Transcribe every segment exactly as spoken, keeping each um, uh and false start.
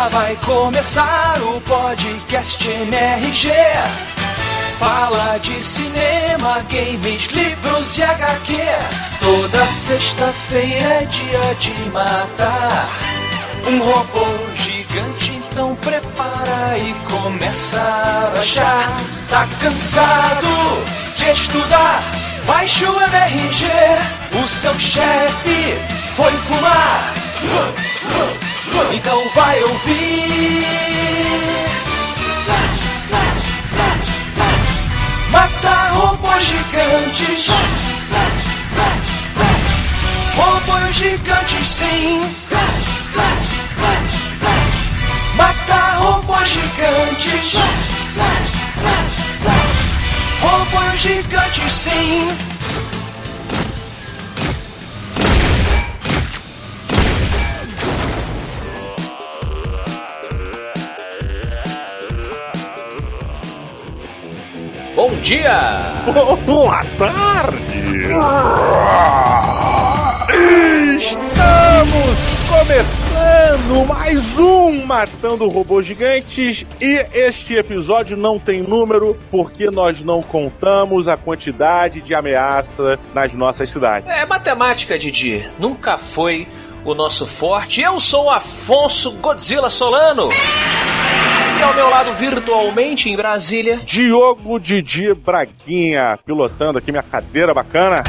vai começar o podcast M R G. Fala de cinema, games, livros e H Q. Toda sexta-feira é dia de matar um robô gigante, então prepara e começa a baixar. Tá cansado de estudar? Baixe o M R G. O seu chefe foi fumar, então vai ouvir. Flash, flash, flash, flash. Matar robôs gigantes. Flash, flash, flash, flash. Robôs gigantes, sim. Flash, flash, flash, flash. Matar robôs gigantes. Flash, flash, flash, flash. Robôs gigantes, sim. Bom dia! Boa tarde! Estamos começando mais um Matando Robôs Gigantes e este episódio não tem número porque nós não contamos a quantidade de ameaça nas nossas cidades. É matemática, Didi. Nunca foi o nosso forte. Eu sou o Afonso Godzilla Solano. E ao meu lado, virtualmente, em Brasília, Diogo Didi Braguinha, pilotando aqui minha cadeira bacana.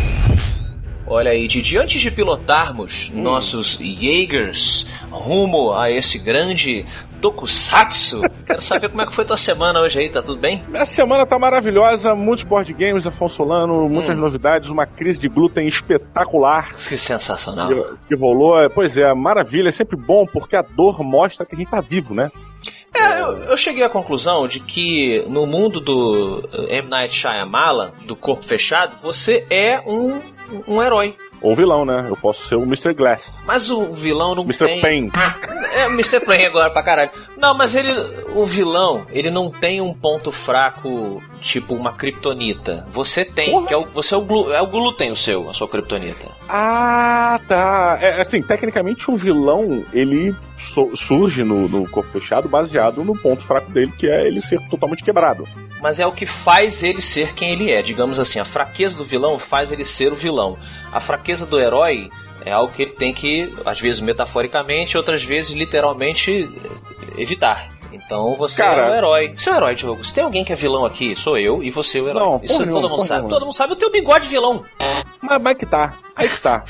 Olha aí, Didi, antes de pilotarmos hum. nossos Jaegers rumo a esse grande Tokusatsu, quero saber como é que foi tua semana hoje aí, tá tudo bem? Minha semana tá maravilhosa, muitos board games, Afonso Solano, muitas hum. novidades, uma crise de glúten espetacular. Que sensacional. Que, que rolou, pois é, maravilha, é sempre bom porque a dor mostra que a gente tá vivo, né? É, eu, eu cheguei à conclusão de que no mundo do M. Night Shyamalan, do corpo fechado, você é um, um herói. Ou vilão, né? Eu posso ser o mister Glass. Mas o vilão não mister tem... Pain. É, o mister Pain agora pra caralho. Não, mas ele... O vilão, ele não tem um ponto fraco, tipo uma kryptonita. Você tem, Porra. que é o... Você é o, glu, é o glúten o seu, a sua kryptonita. Ah, tá. É, assim, tecnicamente o vilão, ele so, surge no, no corpo fechado baseado no ponto fraco dele, que é ele ser totalmente quebrado. Mas é o que faz ele ser quem ele é. Digamos assim, a fraqueza do vilão faz ele ser o vilão. A fraqueza do herói é algo que ele tem que, às vezes metaforicamente, outras vezes literalmente, evitar. Então você Cara, é o herói. Você é o herói, Diogo. Se tem alguém que é vilão aqui, sou eu e você é o herói. Não, Isso todo nenhuma, mundo sabe. nenhuma. Todo mundo sabe. O teu bigode vilão. Mas, mas que tá. Aí que tá.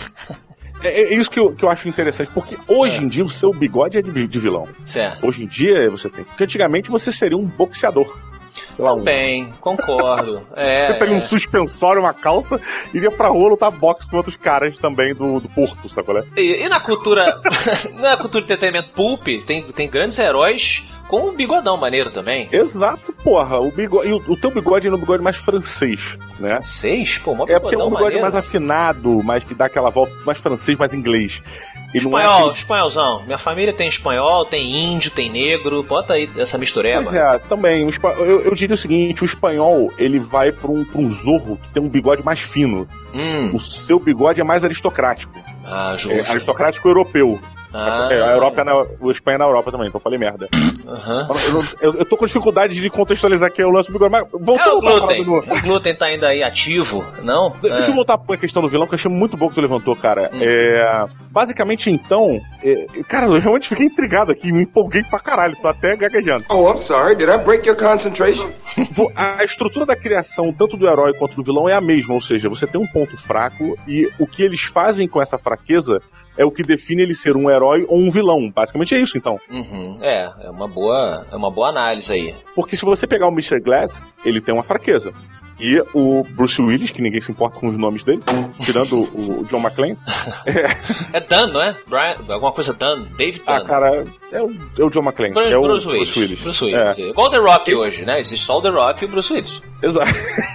É, é isso que eu, que eu acho interessante, porque hoje é. em dia o seu bigode é de, de vilão. Certo. Hoje em dia você tem. Porque antigamente você seria um boxeador. Também, um... concordo. É, você teria é. um suspensório, uma calça, iria pra rua lutar boxe com outros caras também do, do Porto, sabe qual é? E, e na cultura. na cultura de entretenimento pulp, tem, tem grandes heróis com um bigodão maneiro também. Exato, porra. O bigode, e o, o teu bigode é um bigode mais francês, né? Francês? Pô, mó é porque é um bigode maneiro. mais afinado, mais que dá aquela volta, mais francês, mais inglês. Ele espanhol, não é aquele... espanholzão. Minha família tem espanhol, tem índio, tem negro. Bota aí essa mistureba. Pois é, também. O espa... eu, eu diria o seguinte, o espanhol, ele vai pra um, pra um zorro que tem um bigode mais fino. Hum. O seu bigode é mais aristocrático. Ah, justo. É aristocrático europeu. Ah, é, a Europa é na, o Espanha é na Europa também, então eu falei merda. Uhum. Eu, eu, eu tô com dificuldade de contextualizar aqui o lance do bigode, mas voltando é o glúten. Do... O glúten tá ainda aí ativo, não? Deixa é. eu voltar pra questão do vilão, que eu achei muito bom que tu levantou, cara. Hum. É, basicamente, então, é, cara, eu realmente fiquei intrigado aqui, me empolguei pra caralho, tô até gaguejando. Oh, I'm sorry, did I break your concentration? A estrutura da criação, tanto do herói quanto do vilão, é a mesma, ou seja, você tem um ponto fraco e o que eles fazem com essa fraqueza é o que define ele ser um herói ou um vilão. Basicamente é isso, então. Uhum. É, é uma boa, é uma boa análise aí. Porque se você pegar o mister Glass, ele tem uma fraqueza. E o Bruce Willis, que ninguém se importa com os nomes dele, tirando o, o John McClane. É, é Dunn, não é? Brian, alguma coisa Dunn, David Dunn. Ah, cara, é o, é o John McClane. Bruce, é o Bruce Willis. Bruce Willis. Bruce Willis. É. Igual o The Rock hoje, né? Existe só o The Rock e o Bruce Willis. Exato.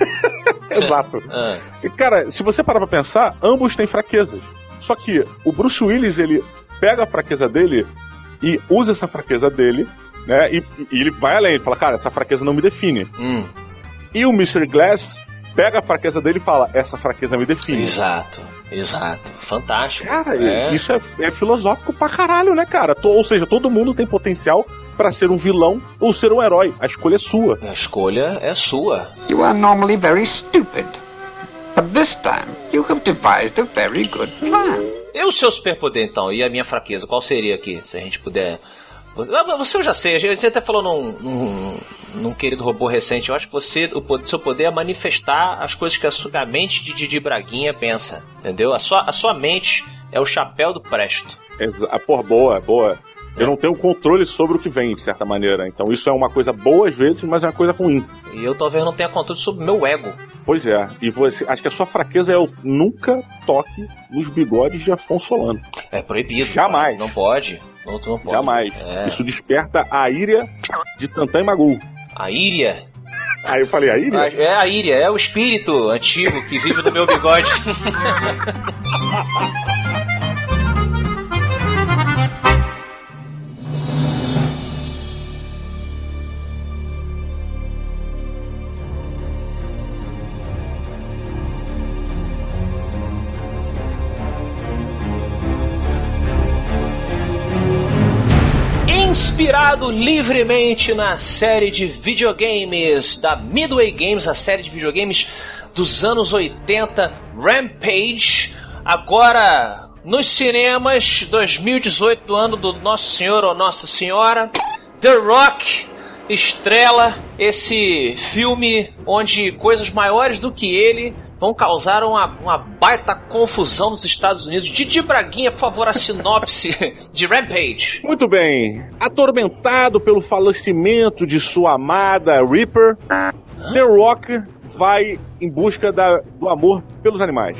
Exato. Ah. Cara, se você parar pra pensar, ambos têm fraquezas. Só que o Bruce Willis, ele pega a fraqueza dele e usa essa fraqueza dele, né? E, e ele vai além, ele fala, cara, essa fraqueza não me define. Hum. E o mister Glass, pega a fraqueza dele e fala, essa fraqueza me define. Exato, exato. Fantástico. Cara, é. isso é, é filosófico pra caralho, né, cara? Ou seja, todo mundo tem potencial pra ser um vilão ou ser um herói. A escolha é sua. A escolha é sua. You are normally very stupid. But this time, you have devised a very good plan. E o seu superpoder, então? E a minha fraqueza? Qual seria aqui, se a gente puder... Você eu já sei, a gente até falou num, num, num querido robô recente. Eu acho que você, o seu poder é manifestar as coisas que a, sua, a mente de Didi Braguinha pensa, entendeu? A sua, a sua mente é o chapéu do Presto. Exa- Porra, boa, boa. Eu não tenho controle sobre o que vem, de certa maneira. Então isso é uma coisa boa às vezes, mas é uma coisa ruim. E eu talvez não tenha controle sobre o meu ego. Pois é. E você, acho que a sua fraqueza é o nunca toque nos bigodes de Afonso Solano. É proibido. Jamais. Não pode. Não, não pode. Jamais. É. Isso desperta a ira de Tantã e Magul. A íria. Aí eu falei, a ira? É a íria, é o espírito antigo que vive no meu bigode. Inspirado livremente na série de videogames da Midway Games, a série de videogames dos anos oitenta, Rampage, agora nos cinemas, dois mil e dezoito, do ano do Nosso Senhor ou Nossa Senhora, The Rock estrela esse filme onde coisas maiores do que ele vão causar uma, uma baita confusão nos Estados Unidos. Didi Braguinha, por favor, a sinopse de Rampage. Muito bem. Atormentado pelo falecimento de sua amada Reaper, Hã? The Rock vai em busca da, do amor pelos animais.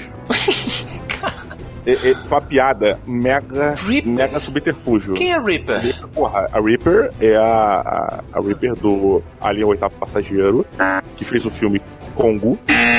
É, é, foi uma piada mega, mega subterfúgio. Quem é a Reaper? Reaper? Porra, a Reaper é a, a, a Reaper do Alien, o Oitavo Passageiro, que fez o filme Congo.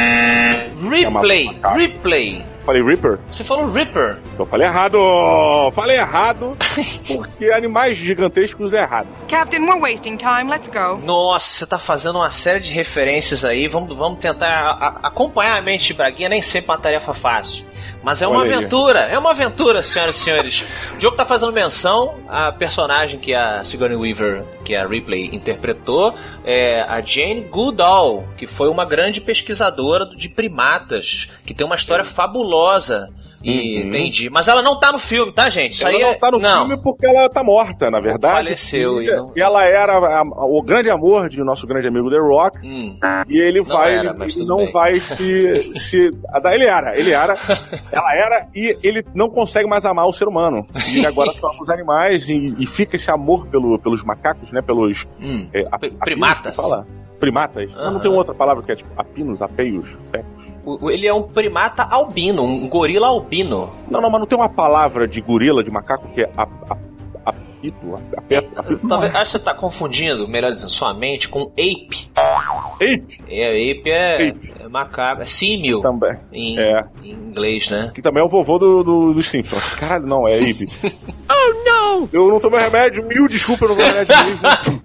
Replay, é Replay. Falei Reaper? Você falou Reaper. Então falei errado! Falei errado, porque animais gigantescos é errado. Captain, we're wasting time, let's go. Nossa, você tá fazendo uma série de referências aí. Vamos, vamos tentar a, a, acompanhar a mente de Braguinha, nem sempre uma tarefa fácil. Mas é uma Olha aventura, aí. é uma aventura, senhoras e senhores. O Diogo tá fazendo menção à personagem que a Sigourney Weaver, que a Ripley interpretou, é a Jane Goodall, que foi uma grande pesquisadora de primatas, que tem uma história fabulosa. E uhum. entendi. Mas ela não tá no filme, tá, gente? Isso ela aí não é... tá no não. filme porque ela tá morta, na verdade. Faleceu. E, e não... e ela era a, a, o grande amor de nosso grande amigo The Rock. Hum. E ele não vai, era, ele, ele não bem. vai se, se... Ele era, ele era. Ela era e ele não consegue mais amar o ser humano. E ele agora só ama os animais e, e fica esse amor pelo, pelos macacos, né? Pelos... Hum. É, a, primatas. Fala? Primatas? Uhum. Não tem outra palavra que é tipo apinos, apeios, pecos. Ele é um primata albino, um gorila albino. Não, não, mas não tem uma palavra de gorila, de macaco, que é a, a, apito, apeto, apito. Talvez, acho que você tá confundindo, melhor dizendo, sua mente com ape. Ape? É, ape é, ape. é macaco, é símil. Também. Em, é. em inglês, né? Que também é o vovô do, do, dos Simpsons. Caralho, não, é ape. Oh, não! Eu não tomei remédio, mil desculpas, eu não tomei remédio mesmo.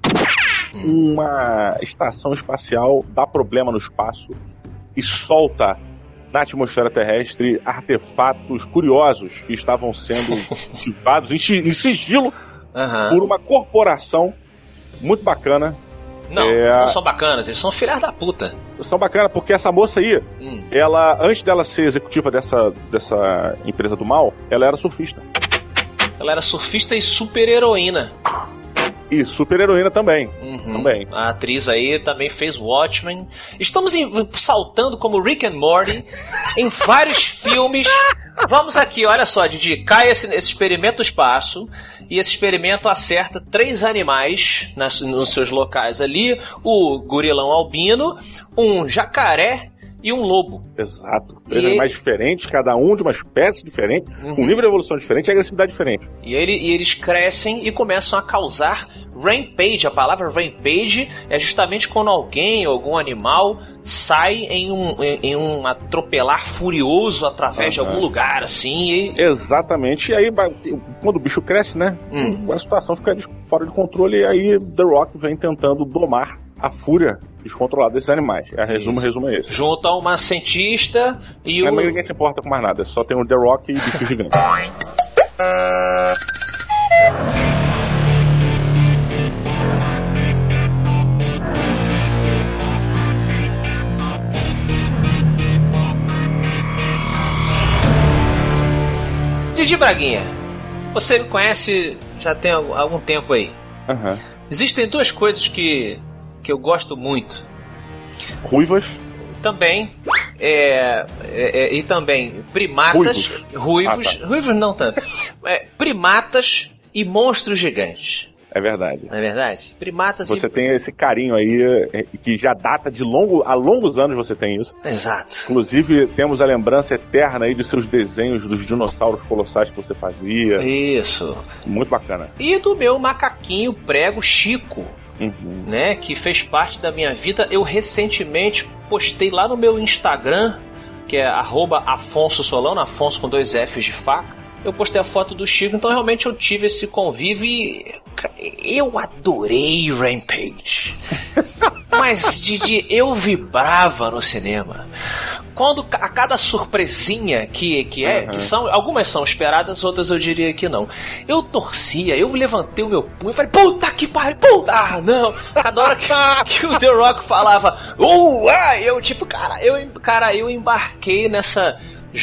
Uma estação espacial dá problema no espaço e solta na atmosfera terrestre artefatos curiosos que estavam sendo ativados em, em sigilo uhum. por uma corporação muito bacana. Não, é... não são bacanas, eles são filhas da puta. São bacanas porque essa moça aí, hum. ela, antes dela ser executiva dessa, dessa empresa do mal, ela era surfista. Ela era surfista e super heroína. E super heroína também. Uhum. também. A atriz aí também fez Watchmen. Estamos em, saltando como Rick and Morty em vários filmes. Vamos aqui, olha só, Didi. Cai esse, esse experimento do espaço. E esse experimento acerta três animais nas, nos seus locais ali. O gorilão albino, um jacaré e um lobo. Exato. Três e animais ele... diferentes, cada um de uma espécie diferente, uhum. com um nível de evolução diferente e agressividade diferente. E, ele, e eles crescem e começam a causar rampage. A palavra rampage é justamente quando alguém, algum animal, sai em um, em, em um atropelar furioso através uhum. de algum lugar, assim. E... Exatamente. E aí, quando o bicho cresce, né? Hum. A situação fica fora de controle e aí The Rock vem tentando domar a fúria descontrolada desses animais. A resumo, Isso. resumo é esse. Juntam uma cientista e o... Mas ninguém se importa com mais nada, só tem o The Rock e bicho gigante. Didi Braguinha, você me conhece já tem algum tempo aí. Uhum. Existem duas coisas que, que eu gosto muito. Ruivas? Também. É, é, é, e também primatas. Ruivos. Ruivos, ah, tá. ruivos não tanto. É, primatas e monstros gigantes. É verdade. Não é verdade? Primatas Você e... tem esse carinho aí, que já data de longo, há longos anos você tem isso. Exato. Inclusive, temos a lembrança eterna aí de seus desenhos dos dinossauros colossais que você fazia. Isso. Muito bacana. E do meu macaquinho prego Chico, uhum. né, que fez parte da minha vida. Eu recentemente postei lá no meu Instagram, que é arroba Afonso Solano, Afonso com dois F's de faca. Eu postei a foto do Chico, então realmente eu tive esse convívio e eu adorei Rampage. Mas, Didi, eu vibrava no cinema. Quando a cada surpresinha que, que é, uhum. que são, algumas são esperadas, outras eu diria que não. Eu torcia, eu levantei o meu punho e falei, puta que pariu, puta, ah, não. Cada hora que, que o The Rock falava, uh, ah, eu tipo, cara, eu, cara, eu embarquei nessa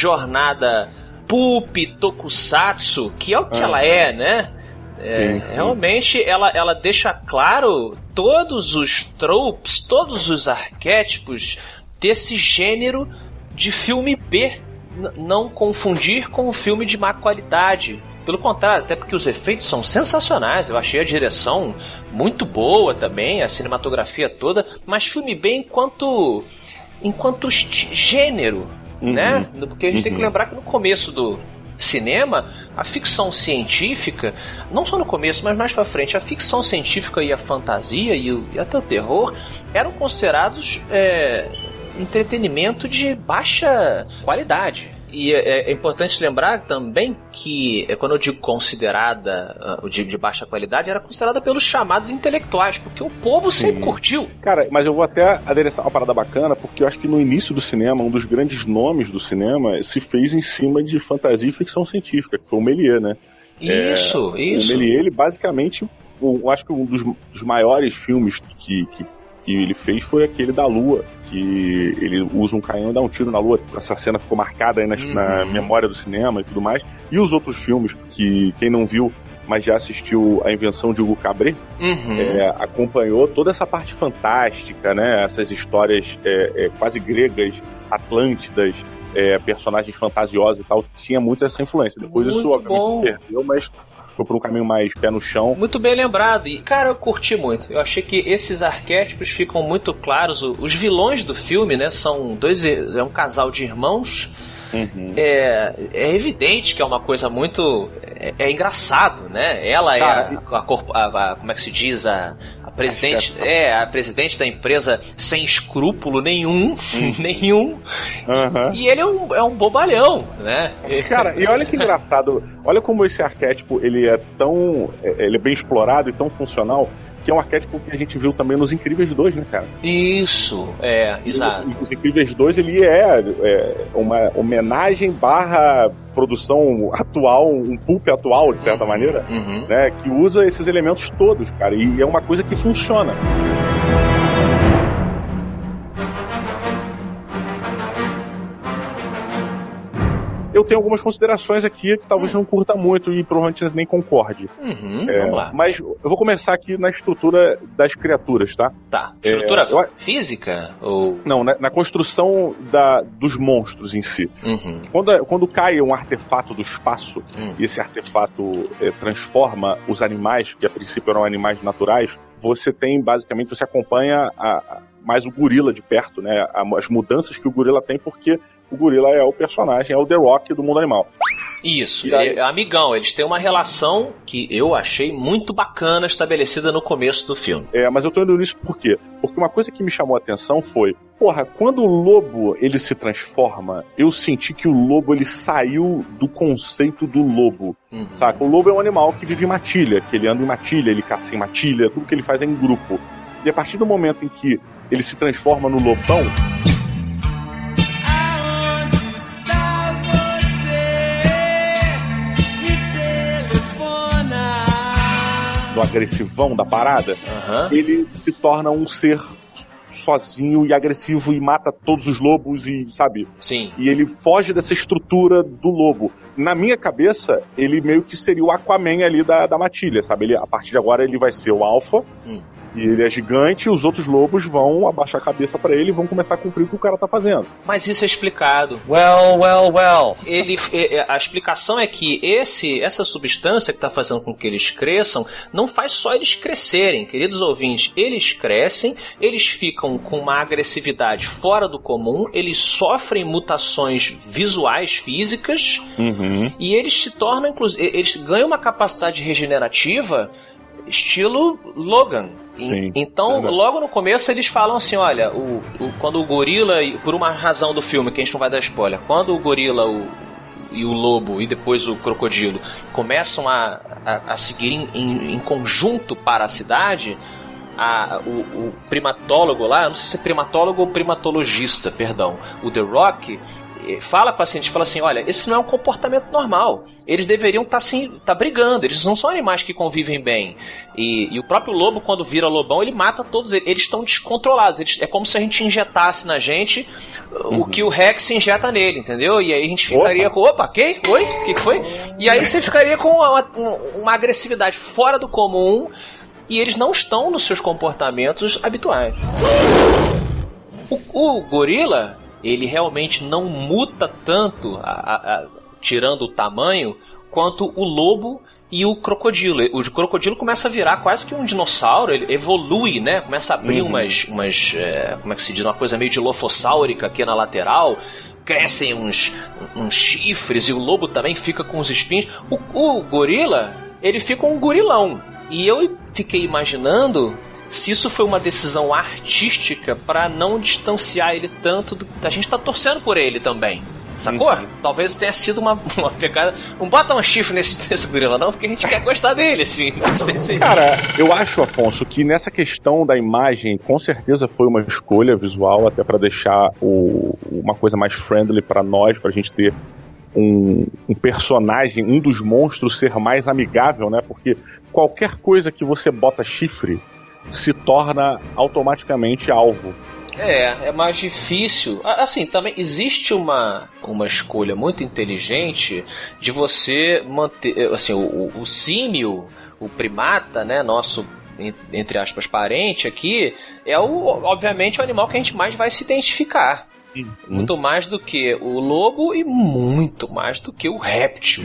jornada Pulp Tokusatsu, que é o que ah. ela é, né? É, sim, sim. Realmente ela, ela deixa claro todos os tropes, todos os arquétipos desse gênero de filme B. N- não confundir com um filme de má qualidade. Pelo contrário, até porque os efeitos são sensacionais. Eu achei a direção muito boa também, a cinematografia toda. Mas filme B enquanto, enquanto gênero. Uhum. Né? Porque a gente uhum. tem que lembrar que no começo do cinema, a ficção científica, não só no começo, mas mais pra frente, a ficção científica e a fantasia e, o, e até o terror eram considerados é, entretenimento de baixa qualidade. E é, é importante lembrar também que, quando eu digo considerada, eu digo de baixa qualidade, era considerada pelos chamados intelectuais, porque o povo Sim. sempre curtiu. Cara, mas eu vou até adereçar uma parada bacana, porque eu acho que no início do cinema, um dos grandes nomes do cinema se fez em cima de fantasia e ficção científica, que foi o Méliès, né? Isso, é, isso. O Méliès, ele basicamente, eu acho que um dos, dos maiores filmes que, que, que ele fez foi aquele da Lua, que ele usa um canhão e dá um tiro na lua. Essa cena ficou marcada aí na, uhum. na memória do cinema e tudo mais. E os outros filmes, que quem não viu, mas já assistiu A Invenção de Hugo Cabret, uhum. é, acompanhou toda essa parte fantástica, né? Essas histórias é, é, quase gregas, atlântidas, é, personagens fantasiosos e tal. Tinha muito essa influência. Depois muito isso, obviamente, bom. se perdeu, mas foi por um caminho mais pé no chão. Muito bem lembrado. E, cara, eu curti muito. Eu achei que esses arquétipos ficam muito claros. Os vilões do filme, né, são dois... É um casal de irmãos. Uhum. É, é evidente que é uma coisa muito... É, é engraçado, né? Ela é cara, a, a, a, a... Como é que se diz? A, a presidente... A é, a presidente da empresa sem escrúpulo nenhum. Uhum. nenhum. Uhum. E ele é um, é um bobalhão, né? Cara, e olha que engraçado. Olha como esse arquétipo, ele é tão... Ele é bem explorado e tão funcional, que é um arquétipo que a gente viu também nos Incríveis dois, né, cara? Isso, é, exato. Os Incríveis dois, ele é, é uma homenagem barra produção atual, um pulp atual, de certa uhum, maneira, uhum. né, que usa esses elementos todos, cara, e é uma coisa que funciona. Eu tenho algumas considerações aqui que talvez não curta muito e provavelmente nem concorde. Uhum, é, vamos lá. Mas eu vou começar aqui na estrutura das criaturas, tá? Tá. Estrutura é, eu... física? Ou... Não, na, na construção da, dos monstros em si. Uhum. Quando, quando cai um artefato do espaço uhum. e esse artefato é, transforma os animais, que a princípio eram animais naturais, você tem, basicamente, você acompanha a, a, mais o gorila de perto, né? As mudanças que o gorila tem, porque o gorila é o personagem, é o The Rock do mundo animal. Isso, aí... é amigão, eles têm uma relação que eu achei muito bacana estabelecida no começo do filme. É, mas eu tô indo nisso por quê? Porque uma coisa que me chamou a atenção foi, porra, quando o lobo ele se transforma, eu senti que o lobo ele saiu do conceito do lobo, uhum. saca? O lobo é um animal que vive em matilha, que ele anda em matilha, ele caça em matilha, tudo que ele faz é em grupo. E a partir do momento em que ele se transforma no lobão... Aonde está você? Me telefona. Do agressivão da parada, Uhum. ele se torna um ser sozinho e agressivo e mata todos os lobos e, sabe? Sim. E ele foge dessa estrutura do lobo. Na minha cabeça, ele meio que seria o Aquaman ali da, da matilha, sabe? Ele, a partir de agora ele vai ser o alfa. Hum. E ele é gigante e os outros lobos vão abaixar a cabeça pra ele e vão começar a cumprir o que o cara tá fazendo. Mas isso é explicado. Well, well, well. Ele, a explicação é que esse, essa substância que tá fazendo com que eles cresçam não faz só eles crescerem, queridos ouvintes. Eles crescem, eles ficam com uma agressividade fora do comum, eles sofrem mutações visuais, físicas, uhum. e eles se tornam, inclusive, eles ganham uma capacidade regenerativa estilo Logan. Sim, então, é logo no começo eles falam assim, olha, o, o, quando o gorila, por uma razão do filme que a gente não vai dar spoiler, quando o gorila o, e o lobo e depois o crocodilo começam a, a, a seguir em, em, em conjunto para a cidade, a, o, o primatólogo lá, não sei se é primatólogo ou primatologista, perdão, o The Rock fala para a paciente, fala assim, olha, esse não é um comportamento normal, eles deveriam estar tá, assim, tá brigando, eles não são animais que convivem bem, e, e o próprio lobo, quando vira lobão, ele mata todos eles, eles estão descontrolados, eles, é como se a gente injetasse na gente uhum. o que o Rex injeta nele, entendeu? E aí a gente ficaria opa. com, opa, quem? Oi? O que, que foi? E aí você ficaria com uma, uma agressividade fora do comum, e eles não estão nos seus comportamentos habituais. O, o gorila, ele realmente não muta tanto, a, a, a, tirando o tamanho, quanto o lobo e o crocodilo. O crocodilo começa a virar quase que um dinossauro, ele evolui, né? Começa a abrir uhum. umas, umas é, como é que se diz, uma coisa meio dilofossáurica aqui na lateral, crescem uns, uns chifres, e o lobo também fica com os espinhos. O, o gorila, ele fica um gorilão. E eu fiquei imaginando se isso foi uma decisão artística para não distanciar ele tanto do... A gente tá torcendo por ele também, sacou? Uhum. Talvez tenha sido uma, uma pegada... Não bota um chifre nesse, nesse gorila não, porque a gente quer gostar dele, assim. Não sei se... Cara, eu acho, Afonso, que nessa questão da imagem, com certeza foi uma escolha visual, até para deixar o, uma coisa mais friendly para nós, pra gente ter um, um personagem, um dos monstros ser mais amigável, né? Porque qualquer coisa que você bota chifre se torna automaticamente alvo. É, é mais difícil. Assim, também existe uma, uma escolha muito inteligente de você manter, assim, o, o símio, o primata, né, nosso, entre aspas, parente aqui, é o, obviamente o animal que a gente mais vai se identificar. Uhum. Muito mais do que o lobo e muito mais do que o réptil.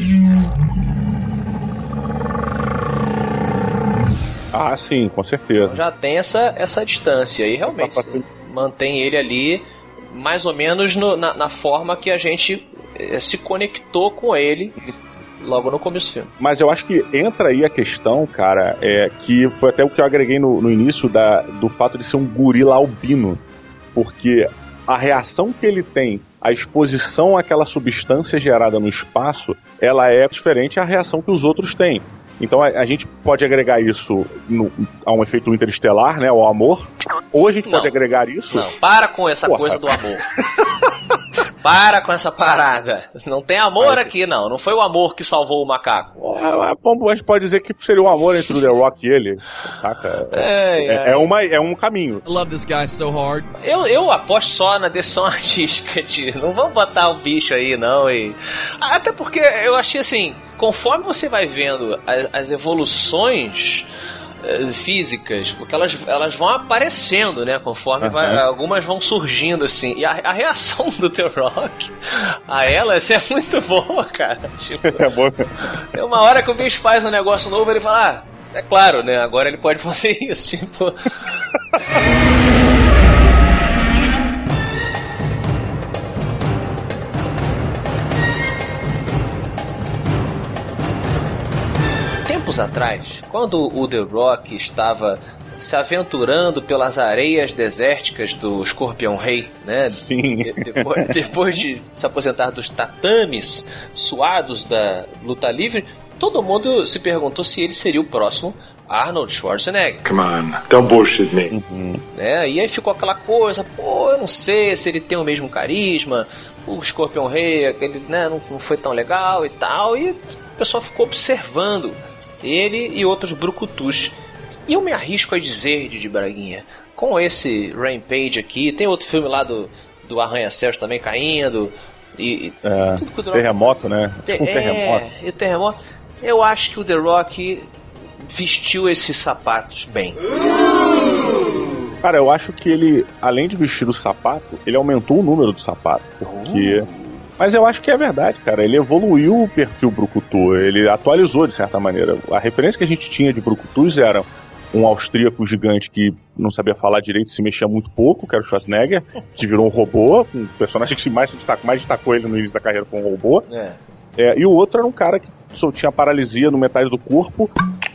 Ah, sim, com certeza. Então já tem essa, essa distância e realmente essa... mantém ele ali mais ou menos no, na, na forma que a gente eh, se conectou com ele logo no começo do filme. Mas eu acho que entra aí a questão, cara, é, que foi até o que eu agreguei no, no início da, do fato de ser um gorila albino, porque a reação que ele tem, a exposição àquela substância gerada no espaço, ela é diferente da reação que os outros têm. Então a, a gente pode agregar isso no, a um efeito interestelar, né, o amor, ou a gente não, pode agregar isso... Não, para com essa Porra. coisa do amor. Para com essa parada. Não tem amor aqui, não. Não foi o amor que salvou o macaco. A gente pode dizer que seria o amor entre o The Rock e ele, saca? É, é, é, uma, é um caminho. I love this guy so hard. Eu, eu aposto só na decisão artística de não vamos botar o bicho aí, não. E... Até porque eu achei assim, conforme você vai vendo as, as evoluções físicas, porque elas, elas vão aparecendo, né, conforme uhum. vai, algumas vão surgindo, assim, e a, a reação do The Rock a elas é muito boa, cara, tipo, é bom. Tem uma hora que o bicho faz um negócio novo, ele fala, ah, é claro, né, agora ele pode fazer isso, tipo... Tempos atrás, quando o The Rock estava se aventurando pelas areias desérticas do Escorpião Rei, né? Sim. De, depois, depois de se aposentar dos tatames suados da luta livre, todo mundo se perguntou se ele seria o próximo Arnold Schwarzenegger. Come on, don't bullshit me. Uhum. É, e aí ficou aquela coisa, pô, eu não sei se ele tem o mesmo carisma, o Scorpion Rei, aquele, né, não, não foi tão legal e tal, e o pessoal ficou observando ele e outros brucutus. E eu me arrisco a dizer, Didi Braguinha, com esse Rampage aqui, tem outro filme lá do, do Arranha-Céus também caindo, e, é, tudo que o The terremoto, Rock, né? Te, um terremoto. É, e o terremoto. Eu acho que o The Rock vestiu esses sapatos bem. Cara, eu acho que ele, além de vestir o sapato, ele aumentou o número do sapato, porque... Uh. Mas eu acho que é verdade, cara. Ele evoluiu o perfil brucutu, ele atualizou de certa maneira. A referência que a gente tinha de brucutus era um austríaco gigante que não sabia falar direito, se mexia muito pouco, que era o Schwarzenegger, que virou um robô, um personagem que mais se destacou, mais destacou ele no início da carreira foi um robô. É. É, e o outro era um cara que só tinha paralisia no metade do corpo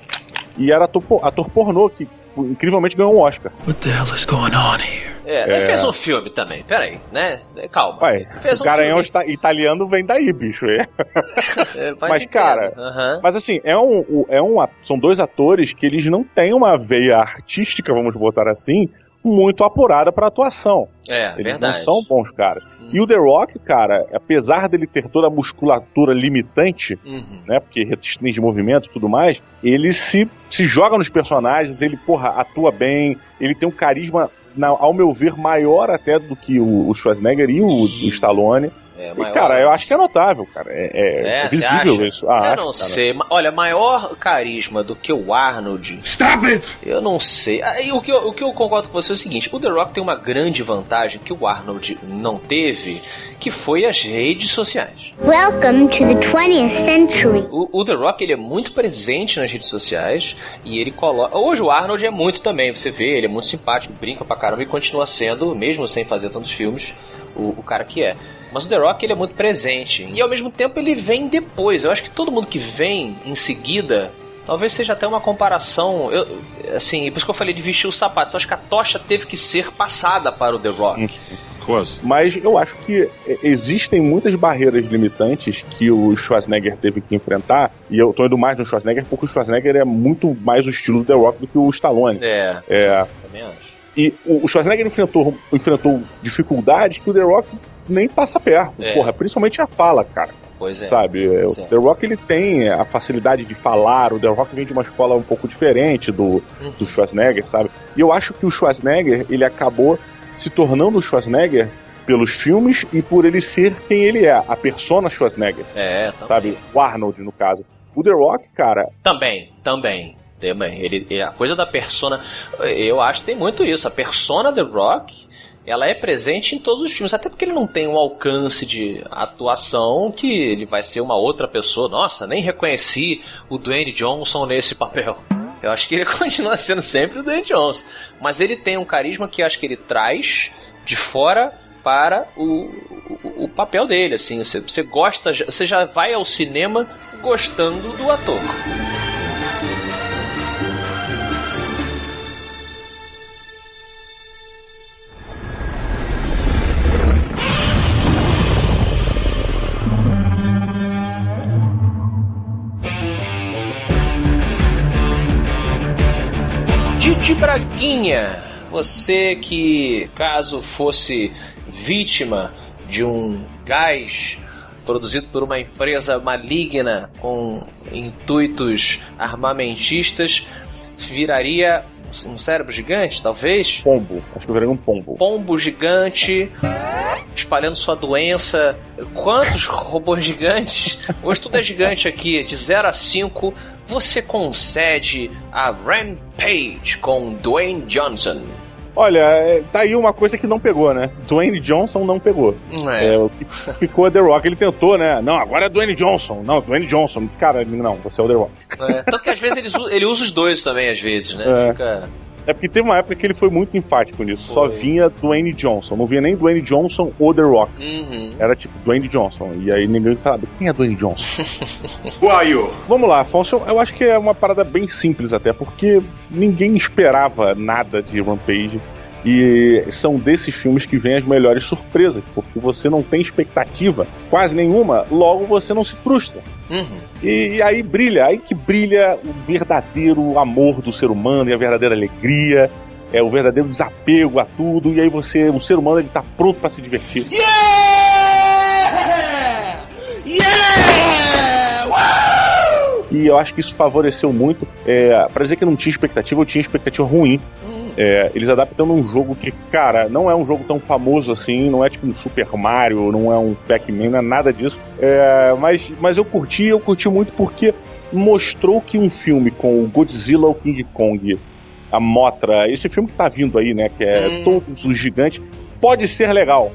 e era ator, ator pornô, que incrivelmente ganhou um Oscar. What the hell is going on here? É, ele é... fez um filme também, peraí, né? Calma. Pai, fez o um Garanhão filme. italiano vem daí, bicho. É. É, mas, cara, uhum. mas assim, é um, é um, são dois atores que eles não têm uma veia artística, vamos botar assim, muito apurada pra atuação. É, eles verdade. não são bons caras. Uhum. E o The Rock, cara, apesar dele ter toda a musculatura limitante, uhum. né, porque resistência de movimento e tudo mais, ele se, se joga nos personagens, ele, porra, atua bem, ele tem um carisma, na, ao meu ver, maior até do que o, o Schwarzenegger e o, o Stallone. É, e, cara, eu acho que é notável, cara. É, é, é, é visível isso. Ah, eu acho, não cara. sei. Olha, maior carisma do que o Arnold. Stop it! Eu não sei. E o que eu, o que eu concordo com você é o seguinte: o The Rock tem uma grande vantagem que o Arnold não teve, que foi as redes sociais. Welcome to the twentieth century. O, o The Rock, ele é muito presente nas redes sociais e ele coloca... Hoje o Arnold é muito também, você vê, ele é muito simpático, brinca pra caramba e continua sendo, mesmo sem fazer tantos filmes, o, o cara que é. Mas o The Rock, ele é muito presente. E ao mesmo tempo ele vem depois. Eu acho que todo mundo que vem em seguida, talvez seja até uma comparação. Eu, assim, por isso que eu falei de vestir os sapatos. Eu acho que a tocha teve que ser passada para o The Rock. Mas eu acho que existem muitas barreiras limitantes que o Schwarzenegger teve que enfrentar. E eu tô indo mais no Schwarzenegger porque o Schwarzenegger é muito mais o estilo do The Rock do que o Stallone. É, é também acho. E o Schwarzenegger enfrentou, enfrentou dificuldades que o The Rock nem passa perto. É. Porra, principalmente a fala, cara. Pois é. Sabe, pois o é. The Rock, ele tem a facilidade de falar, o The Rock vem de uma escola um pouco diferente do, uhum. do Schwarzenegger, sabe? E eu acho que o Schwarzenegger, ele acabou se tornando o Schwarzenegger pelos filmes e por ele ser quem ele é, a persona Schwarzenegger. É, também. Sabe? O Arnold, no caso. O The Rock, cara... Também, também. Ele, a coisa da persona, eu acho que tem muito isso. A persona The Rock, ela é presente em todos os filmes, até porque ele não tem um alcance de atuação que ele vai ser uma outra pessoa. Nossa, nem reconheci o Dwayne Johnson nesse papel. Eu acho que ele continua sendo sempre o Dwayne Johnson, mas ele tem um carisma que eu acho que ele traz de fora para o, o, o papel dele. Assim, você, você gosta, você já vai ao cinema gostando do ator. Didi Braguinha, você que, caso fosse vítima de um gás produzido por uma empresa maligna com intuitos armamentistas, viraria um cérebro gigante, talvez? Pombo, acho que viraria um pombo. Pombo gigante, espalhando sua doença. Quantos robôs gigantes? Hoje tudo é gigante aqui, de zero a cinco. Você concede a Rampage com Dwayne Johnson? Olha, tá aí uma coisa que não pegou, né? Dwayne Johnson não pegou. É. É, o que ficou é The Rock. Ele tentou, né? Não, agora é Dwayne Johnson. Não, Dwayne Johnson. Cara, não, você é o The Rock. É. Tanto que às vezes ele usa, ele usa os dois também, às vezes, né? É. Fica... É porque teve uma época que ele foi muito enfático nisso. Foi. Só vinha Dwayne Johnson. Não vinha nem Dwayne Johnson ou The Rock. Uhum. Era tipo Dwayne Johnson. E aí ninguém falava, quem é Dwayne Johnson? Who are you? Vamos lá, Afonso. Eu acho que é uma parada bem simples até, porque ninguém esperava nada de Rampage. E são desses filmes que vêm as melhores surpresas, porque você não tem expectativa quase nenhuma, logo você não se frustra. Uhum. E, e aí brilha, aí que brilha o verdadeiro amor do ser humano e a verdadeira alegria, é o verdadeiro desapego a tudo, e aí você, o ser humano, ele tá pronto pra se divertir. Yeah! Yeah! Woo! E eu acho que isso favoreceu muito. É, pra dizer que não tinha expectativa, eu tinha expectativa ruim. Hum. É, eles adaptando um jogo que, cara, não é um jogo tão famoso assim, não é tipo um Super Mario, não é um Pac-Man, não é nada disso. É, mas, mas eu curti, eu curti muito porque mostrou que um filme com o Godzilla, o King Kong, a Mothra, esse filme que tá vindo aí, né, que é hum. todos os gigantes, pode ser legal.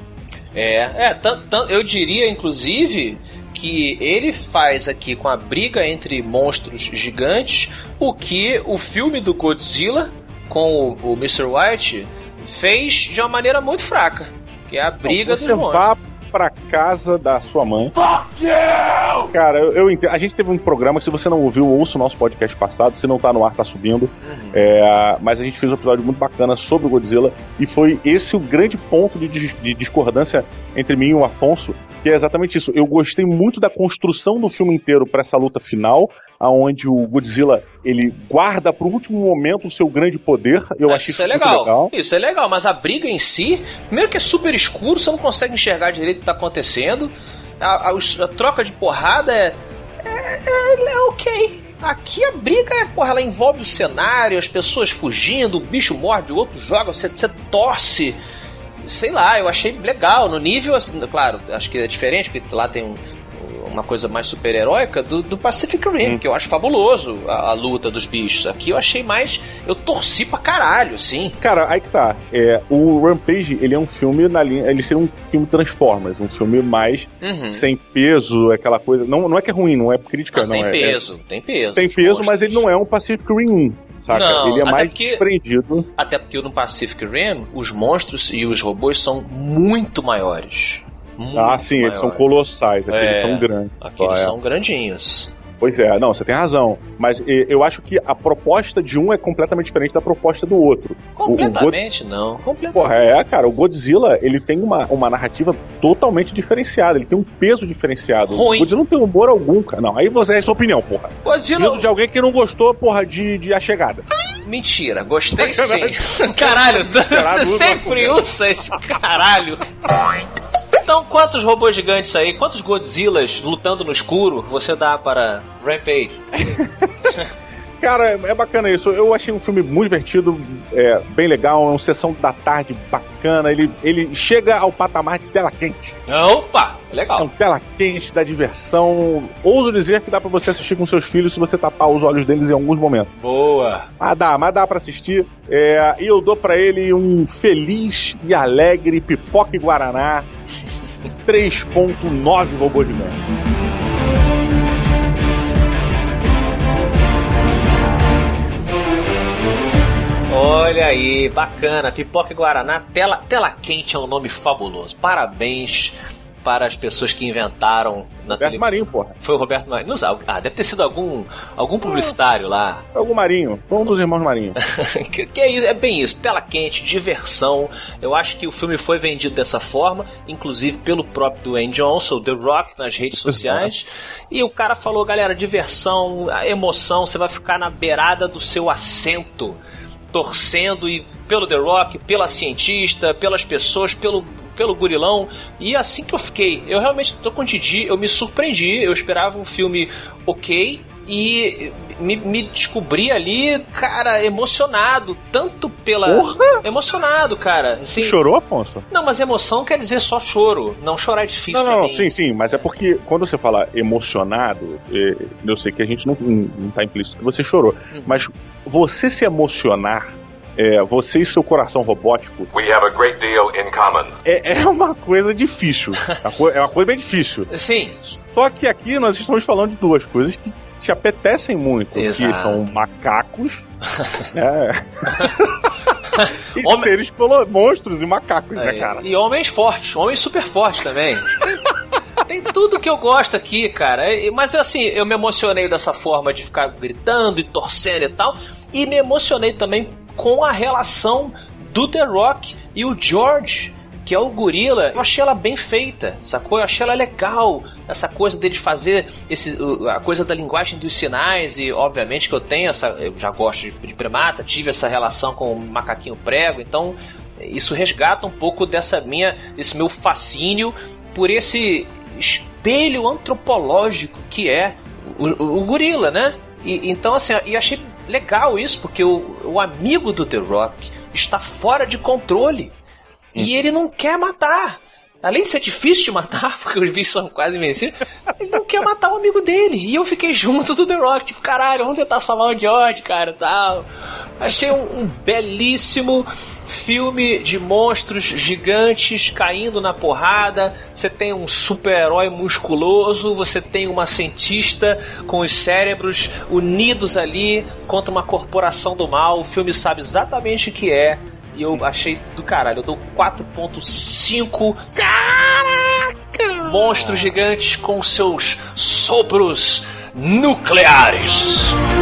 É, é t- t- eu diria, inclusive, que ele faz aqui com a briga entre monstros gigantes o que o filme do Godzilla com o, o mister White fez de uma maneira muito fraca, que é a briga Você dos monstros. vá pra casa da sua mãe. Fuck you! Cara, eu, eu entendo. A gente teve um programa, se você não ouviu, ouça o nosso podcast passado. Se não tá no ar, tá subindo. Uhum. É, mas a gente fez um episódio muito bacana sobre o Godzilla. E foi esse o grande ponto de, de discordância entre mim e o Afonso, que é exatamente isso. Eu gostei muito da construção do filme inteiro pra essa luta final, aonde o Godzilla, ele guarda pro último momento o seu grande poder. Eu Ah, achei isso isso é muito legal. legal. Isso é legal, mas a briga em si, primeiro que é super escuro, você não consegue enxergar direito o que tá acontecendo. A, a, a troca de porrada é, é, é, é ok. Aqui a briga é, porra, ela envolve o cenário, as pessoas fugindo, o bicho morde, o outro joga, você, você torce. Sei lá, eu achei legal. No nível, assim, claro, acho que é diferente, porque lá tem um, uma coisa mais super-heróica do, do Pacific Rim, hum. que eu acho fabuloso a, a luta dos bichos. Aqui eu achei mais... Eu torci pra caralho, sim. Cara, aí que tá. É, o Rampage, ele é um filme na linha... Ele seria um filme Transformers, um filme mais Uhum. sem peso, aquela coisa... Não, não é que é ruim, não é crítica, Ah, não. tem é, peso, é, tem peso. Tem peso, monstros. mas ele não é um Pacific Rim um, saca? Não, ele é até mais porque- desprendido. Até porque no Pacific Rim, os monstros e os robôs são muito maiores. Muito Ah, sim, eles são maiores. colossais, aqui É, eles são grandes. Aqui só, eles é. são grandinhos. Pois é, não, você tem razão. Mas e, eu acho que a proposta de um é completamente diferente da proposta do outro. Completamente o, o não. Completamente. Porra, é, cara, o Godzilla, ele tem uma, uma narrativa totalmente diferenciada, ele tem um peso diferenciado. Ruim. O Godzilla não tem humor algum, cara. Não, aí você é a sua opinião, porra. Godzilla... Vindo de alguém que não gostou, porra, de, de A Chegada. Mentira, gostei sim. Caralho, Caralho, você sempre usa esse caralho. Então, quantos robôs gigantes aí, quantos Godzillas lutando no escuro você dá para Rampage? Cara, é, é bacana isso. Eu achei um filme muito divertido, é, bem legal, é uma sessão da tarde bacana. Ele, ele chega ao patamar de tela quente. Opa, É legal. um tela quente da diversão. Ouso dizer que dá pra você assistir com seus filhos se você tapar os olhos deles em alguns momentos. Boa. Mas dá, mas dá pra assistir. É, e eu dou pra ele um feliz e alegre Pipoca e Guaraná três ponto nove robô gigante. Olha aí, bacana. Pipoca e Guaraná, tela, tela quente é um nome fabuloso. Parabéns para as pessoas que inventaram na Roberto televisão. Marinho, porra. Foi o Roberto Marinho. Não sabe. Ah, deve ter sido algum, algum publicitário lá. É o Marinho, foi um dos irmãos Marinho. que, que é, isso, é bem isso, tela quente, diversão. Eu acho que o filme foi vendido dessa forma, inclusive pelo próprio Dwayne Johnson, The Rock, nas redes sociais. E o cara falou, galera, diversão, emoção, você vai ficar na beirada do seu assento, torcendo e pelo The Rock, pela cientista, pelas pessoas, pelo, pelo gurilão. E assim que eu fiquei, eu realmente tô com o Didi, eu me surpreendi, eu esperava um filme ok e me, me descobri ali, cara, emocionado, tanto pela... Porra! Emocionado, cara. Você Assim, chorou, Afonso? não, mas emoção quer dizer só choro, não chorar é difícil Não, pra não, mim. sim, sim, mas é porque quando você fala emocionado, é, eu sei que a gente não, não tá implícito que você chorou, Uhum. mas você se emocionar, é, você e seu coração robótico, We have a great deal in common. é, é uma coisa difícil. É uma co- é uma coisa bem difícil. Sim, Só que aqui nós estamos falando de duas coisas que te apetecem muito, Exato. que são macacos, né? e Homem- seres colo- monstros e macacos, né, é, cara? e homens fortes, homens super fortes também. Tem tudo que eu gosto aqui, cara. E- Mas assim, eu me emocionei dessa forma de ficar gritando e torcendo e tal. E me emocionei também com a relação do The Rock e o George, que é o gorila. Eu achei ela bem feita, sacou? Eu achei ela legal, essa coisa dele fazer esse, a coisa da linguagem dos sinais. E obviamente que eu tenho essa, eu já gosto de, de primata, tive essa relação com o macaquinho prego, então isso resgata um pouco dessa minha, desse meu fascínio por esse espelho antropológico que é o, o, o gorila, né? E, então assim, e achei legal isso, porque o, o amigo do The Rock está fora de controle. E ele não quer matar. Além de ser difícil de matar, porque os bichos são quase invencíveis, ele não quer matar o amigo dele. E eu fiquei junto do The Rock, tipo, caralho, vamos tentar salvar o George, cara, tal. Achei um, um belíssimo filme de monstros gigantes caindo na porrada. Você tem um super-herói musculoso, você tem uma cientista com os cérebros unidos ali contra uma corporação do mal. O filme sabe exatamente o que é. E eu achei do caralho. Eu dou quatro ponto cinco. Caraca! Monstros gigantes com seus sopros nucleares.